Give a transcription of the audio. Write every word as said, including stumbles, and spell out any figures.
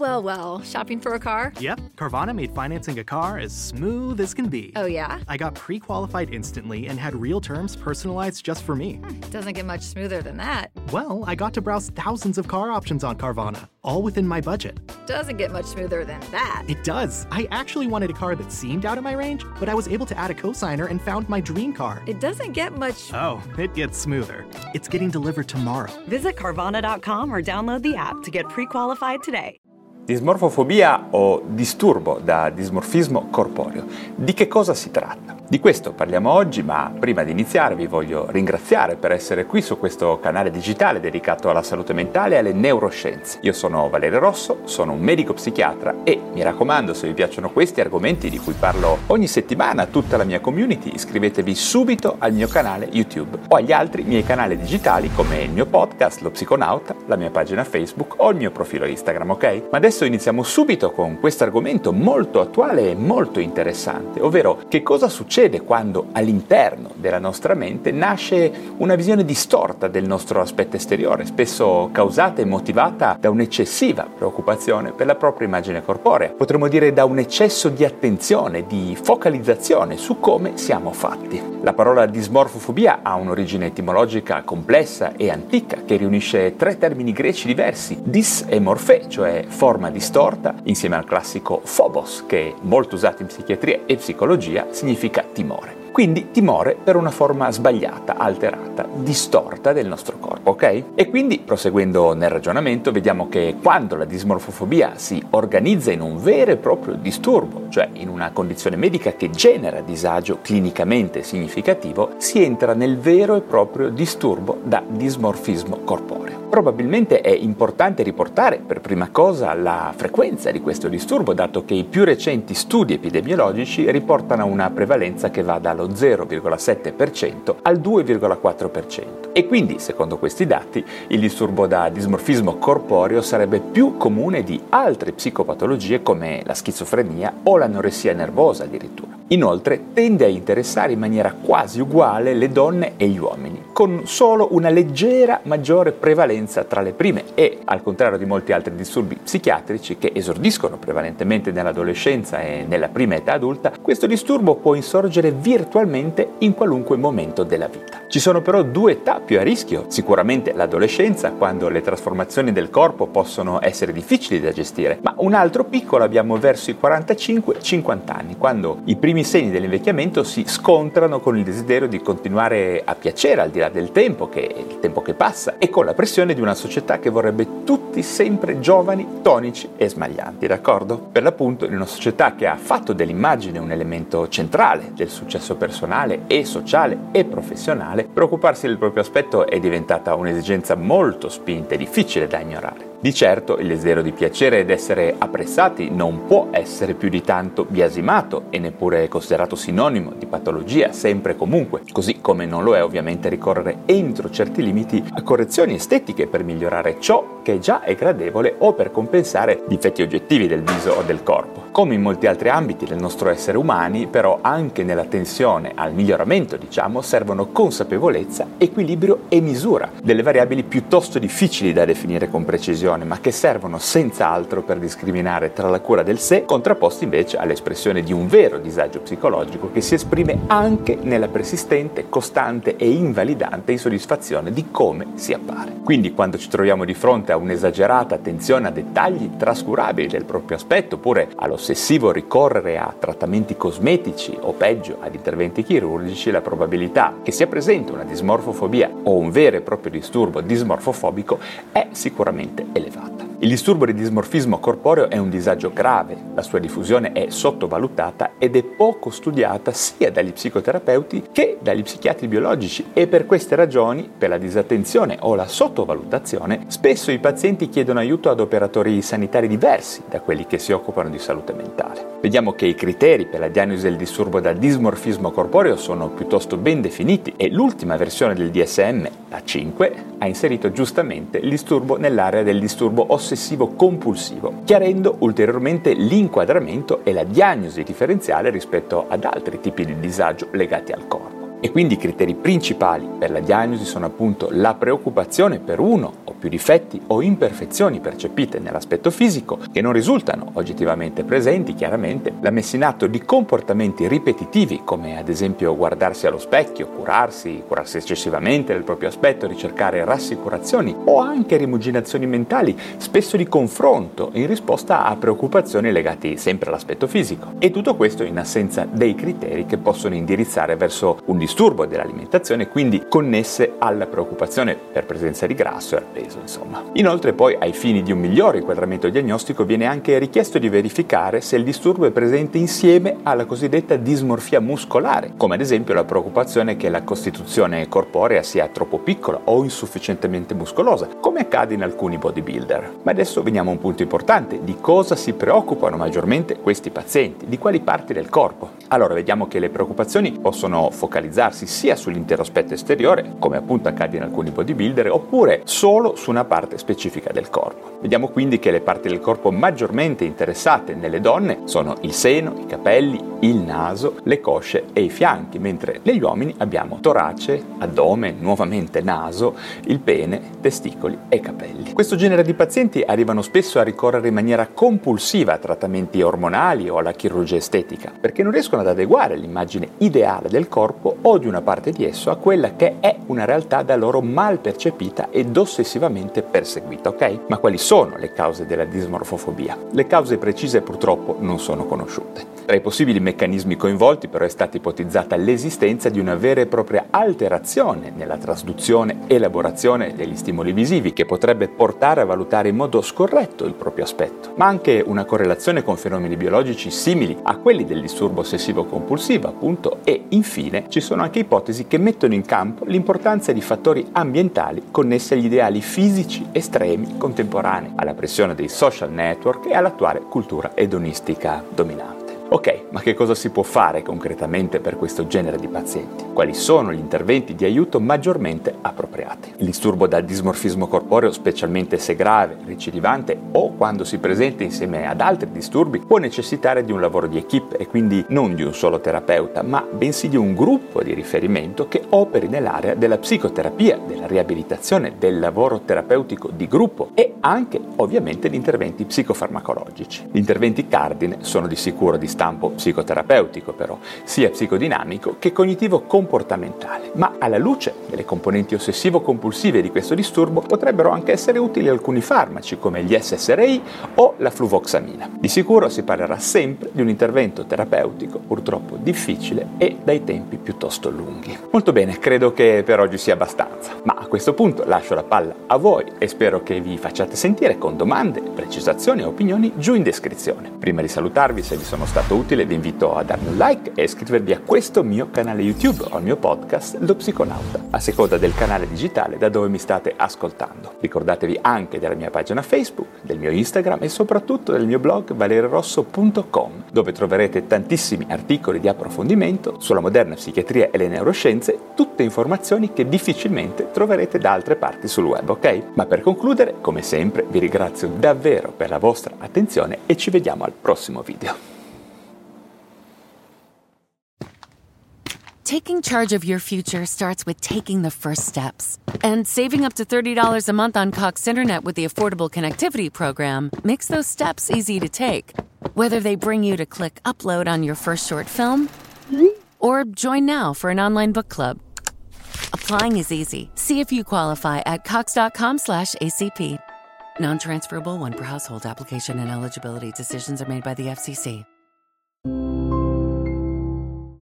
well, well. Shopping for a car? Yep, Carvana made financing a car as smooth as can be. Oh, yeah? I got pre-qualified instantly and had real terms personalized just for me. Hmm, doesn't get much smoother than that. Well, I got to browse thousands of car options on Carvana, all within my budget. Doesn't get much smoother than that. It does. I actually wanted a car that seemed out of my range, but I was able to add a cosigner and found my dream car. It doesn't get much... Oh, it gets smoother. It's getting delivered tomorrow. Visit Carvana dot com or download the app to get pre-qualified today. Dismorfofobia o disturbo da dismorfismo corporeo. Di che cosa si tratta? Di questo parliamo oggi, ma prima di iniziare vi voglio ringraziare per essere qui su questo canale digitale dedicato alla salute mentale e alle neuroscienze. Io sono Valerio Rosso, sono un medico psichiatra e mi raccomando, se vi piacciono questi argomenti di cui parlo ogni settimana a tutta la mia community, iscrivetevi subito al mio canale YouTube o agli altri miei canali digitali come il mio podcast, Lo Psiconauta, la mia pagina Facebook o il mio profilo Instagram, ok? Ma adesso iniziamo subito con questo argomento molto attuale e molto interessante, ovvero che cosa succede quando all'interno della nostra mente nasce una visione distorta del nostro aspetto esteriore, spesso causata e motivata da un'eccessiva preoccupazione per la propria immagine corporea. Potremmo dire da un eccesso di attenzione, di focalizzazione su come siamo fatti. La parola dismorfofobia ha un'origine etimologica complessa e antica che riunisce tre termini greci diversi, dis e morfè, cioè forma distorta, insieme al classico phobos, che è molto usato in psichiatria e psicologia, significa timore. Quindi timore per una forma sbagliata, alterata, distorta del nostro corpo, ok? E quindi, proseguendo nel ragionamento, vediamo che quando la dismorfofobia si organizza in un vero e proprio disturbo, cioè in una condizione medica che genera disagio clinicamente significativo, si entra nel vero e proprio disturbo da dismorfismo corporeo. Probabilmente è importante riportare per prima cosa la frequenza di questo disturbo, dato che i più recenti studi epidemiologici riportano una prevalenza che va dallo zero virgola sette per cento al due virgola quattro per cento. E quindi, secondo questi dati, il disturbo da dismorfismo corporeo sarebbe più comune di altre psicopatologie come la schizofrenia o l'anoressia nervosa addirittura. Inoltre tende a interessare in maniera quasi uguale le donne e gli uomini, con solo una leggera maggiore prevalenza tra le prime e, al contrario di molti altri disturbi psichiatrici che esordiscono prevalentemente nell'adolescenza e nella prima età adulta, questo disturbo può insorgere virtualmente in qualunque momento della vita. Ci sono però due età più a rischio, sicuramente l'adolescenza, quando le trasformazioni del corpo possono essere difficili da gestire, ma un altro picco l'abbiamo verso i quarantacinque cinquanta anni, quando i primi I segni dell'invecchiamento si scontrano con il desiderio di continuare a piacere al di là del tempo, che è il tempo che passa, e con la pressione di una società che vorrebbe tutti sempre giovani, tonici e smaglianti, d'accordo? Per l'appunto, in una società che ha fatto dell'immagine un elemento centrale del successo personale e sociale e professionale, preoccuparsi del proprio aspetto è diventata un'esigenza molto spinta e difficile da ignorare. Di certo il desiderio di piacere ed essere apprezzati non può essere più di tanto biasimato e neppure considerato sinonimo di patologia sempre e comunque, così come non lo è ovviamente ricorrere entro certi limiti a correzioni estetiche per migliorare ciò che già è gradevole o per compensare difetti oggettivi del viso o del corpo. Come in molti altri ambiti del nostro essere umani, però anche nell'attenzione al miglioramento, diciamo, servono consapevolezza, equilibrio e misura, delle variabili piuttosto difficili da definire con precisione, ma che servono senz'altro per discriminare tra la cura del sé, contrapposti invece all'espressione di un vero disagio psicologico che si esprime anche nella persistente, costante e invalidante insoddisfazione di come si appare. Quindi quando ci troviamo di fronte a un'esagerata attenzione a dettagli trascurabili del proprio aspetto, oppure all'ossessivo ricorrere a trattamenti cosmetici o peggio ad interventi chirurgici, la probabilità che sia presente una dismorfofobia o un vero e proprio disturbo dismorfofobico è sicuramente elevata. Il disturbo di dismorfismo corporeo è un disagio grave, la sua diffusione è sottovalutata ed è poco studiata sia dagli psicoterapeuti che dagli psichiatri biologici, e per queste ragioni, per la disattenzione o la sottovalutazione, spesso i pazienti chiedono aiuto ad operatori sanitari diversi da quelli che si occupano di salute mentale. Vediamo che i criteri per la diagnosi del disturbo da dismorfismo corporeo sono piuttosto ben definiti e l'ultima versione del D S M, la cinque, ha inserito giustamente il disturbo nell'area del disturbo ossessivo-compulsivo, chiarendo ulteriormente l'inquadramento e la diagnosi differenziale rispetto ad altri tipi di disagio legati al corpo. E quindi i criteri principali per la diagnosi sono appunto la preoccupazione per uno o più difetti o imperfezioni percepite nell'aspetto fisico che non risultano oggettivamente presenti, chiaramente, la messa in atto di comportamenti ripetitivi come ad esempio guardarsi allo specchio, curarsi, curarsi eccessivamente del proprio aspetto, ricercare rassicurazioni o anche rimuginazioni mentali, spesso di confronto in risposta a preoccupazioni legate sempre all'aspetto fisico. E tutto questo in assenza dei criteri che possono indirizzare verso un disturbo dell'alimentazione, quindi connesse alla preoccupazione per presenza di grasso e al peso, insomma. Inoltre poi, ai fini di un migliore inquadramento diagnostico, viene anche richiesto di verificare se il disturbo è presente insieme alla cosiddetta dismorfia muscolare, come ad esempio la preoccupazione che la costituzione corporea sia troppo piccola o insufficientemente muscolosa, come accade in alcuni bodybuilder. Ma adesso veniamo a un punto importante: di cosa si preoccupano maggiormente questi pazienti, di quali parti del corpo. Allora vediamo che le preoccupazioni possono focalizzarsi sia sull'intero aspetto esteriore, come appunto accade in alcuni bodybuilder, oppure solo su una parte specifica del corpo. Vediamo quindi che le parti del corpo maggiormente interessate nelle donne sono il seno, i capelli, il naso, le cosce e i fianchi, mentre negli uomini abbiamo torace, addome, nuovamente naso, il pene, testicoli e capelli. Questo genere di pazienti arrivano spesso a ricorrere in maniera compulsiva a trattamenti ormonali o alla chirurgia estetica, perché non riescono ad adeguare l'immagine ideale del corpo o di una parte di esso a quella che è una realtà da loro mal percepita ed ossessivamente perseguita, ok? Ma quali sono le cause della dismorfofobia? Le cause precise purtroppo non sono conosciute. Tra i possibili meccanismi coinvolti però è stata ipotizzata l'esistenza di una vera e propria alterazione nella trasduzione e elaborazione degli stimoli visivi che potrebbe portare a valutare in modo scorretto il proprio aspetto, ma anche una correlazione con fenomeni biologici simili a quelli del disturbo ossessivo-compulsivo, appunto, e infine ci sono anche ipotesi che mettono in campo l'importanza di fattori ambientali connessi agli ideali fisici estremi contemporanei, alla pressione dei social network e all'attuale cultura edonistica dominante. Ok, ma che cosa si può fare concretamente per questo genere di pazienti? Quali sono gli interventi di aiuto maggiormente appropriati? Il disturbo da dismorfismo corporeo, specialmente se grave, recidivante o quando si presenta insieme ad altri disturbi, può necessitare di un lavoro di equipe e quindi non di un solo terapeuta, ma bensì di un gruppo di riferimento che operi nell'area della psicoterapia, della riabilitazione, del lavoro terapeutico di gruppo e anche ovviamente di interventi psicofarmacologici. Gli interventi cardine sono di sicuro di stampo psicoterapeutico però, sia psicodinamico che cognitivo-comportamentale, ma alla luce delle componenti ossessivo-compulsive di questo disturbo potrebbero anche essere utili alcuni farmaci come gli S S R I o la fluvoxamina. Di sicuro si parlerà sempre di un intervento terapeutico purtroppo difficile e dai tempi piuttosto lunghi. Molto bene, credo che per oggi sia abbastanza, ma a questo punto lascio la palla a voi e spero che vi facciate sentire con domande, precisazioni e opinioni giù in descrizione. Prima di salutarvi, se vi sono stato utile, vi invito a darmi un like e iscrivervi a questo mio canale YouTube o al mio podcast Lo Psiconauta, a seconda del canale digitale da dove mi state ascoltando. Ricordatevi anche della mia pagina Facebook, del mio Instagram e soprattutto del mio blog valerosso punto com, dove troverete tantissimi articoli di approfondimento sulla moderna psichiatria e le neuroscienze, tutte informazioni che difficilmente troverete da altre parti sul web, ok? Ma per concludere, come sempre, vi ringrazio davvero per la vostra attenzione e ci vediamo al prossimo video. Taking charge of your future starts with taking the first steps. And saving up to thirty dollars a month on Cox Internet with the Affordable Connectivity Program makes those steps easy to take. Whether they bring you to click upload on your first short film or join now for an online book club. Applying is easy. See if you qualify at cox.com slash ACP. Non-transferable one per household application and eligibility decisions are made by the F C C.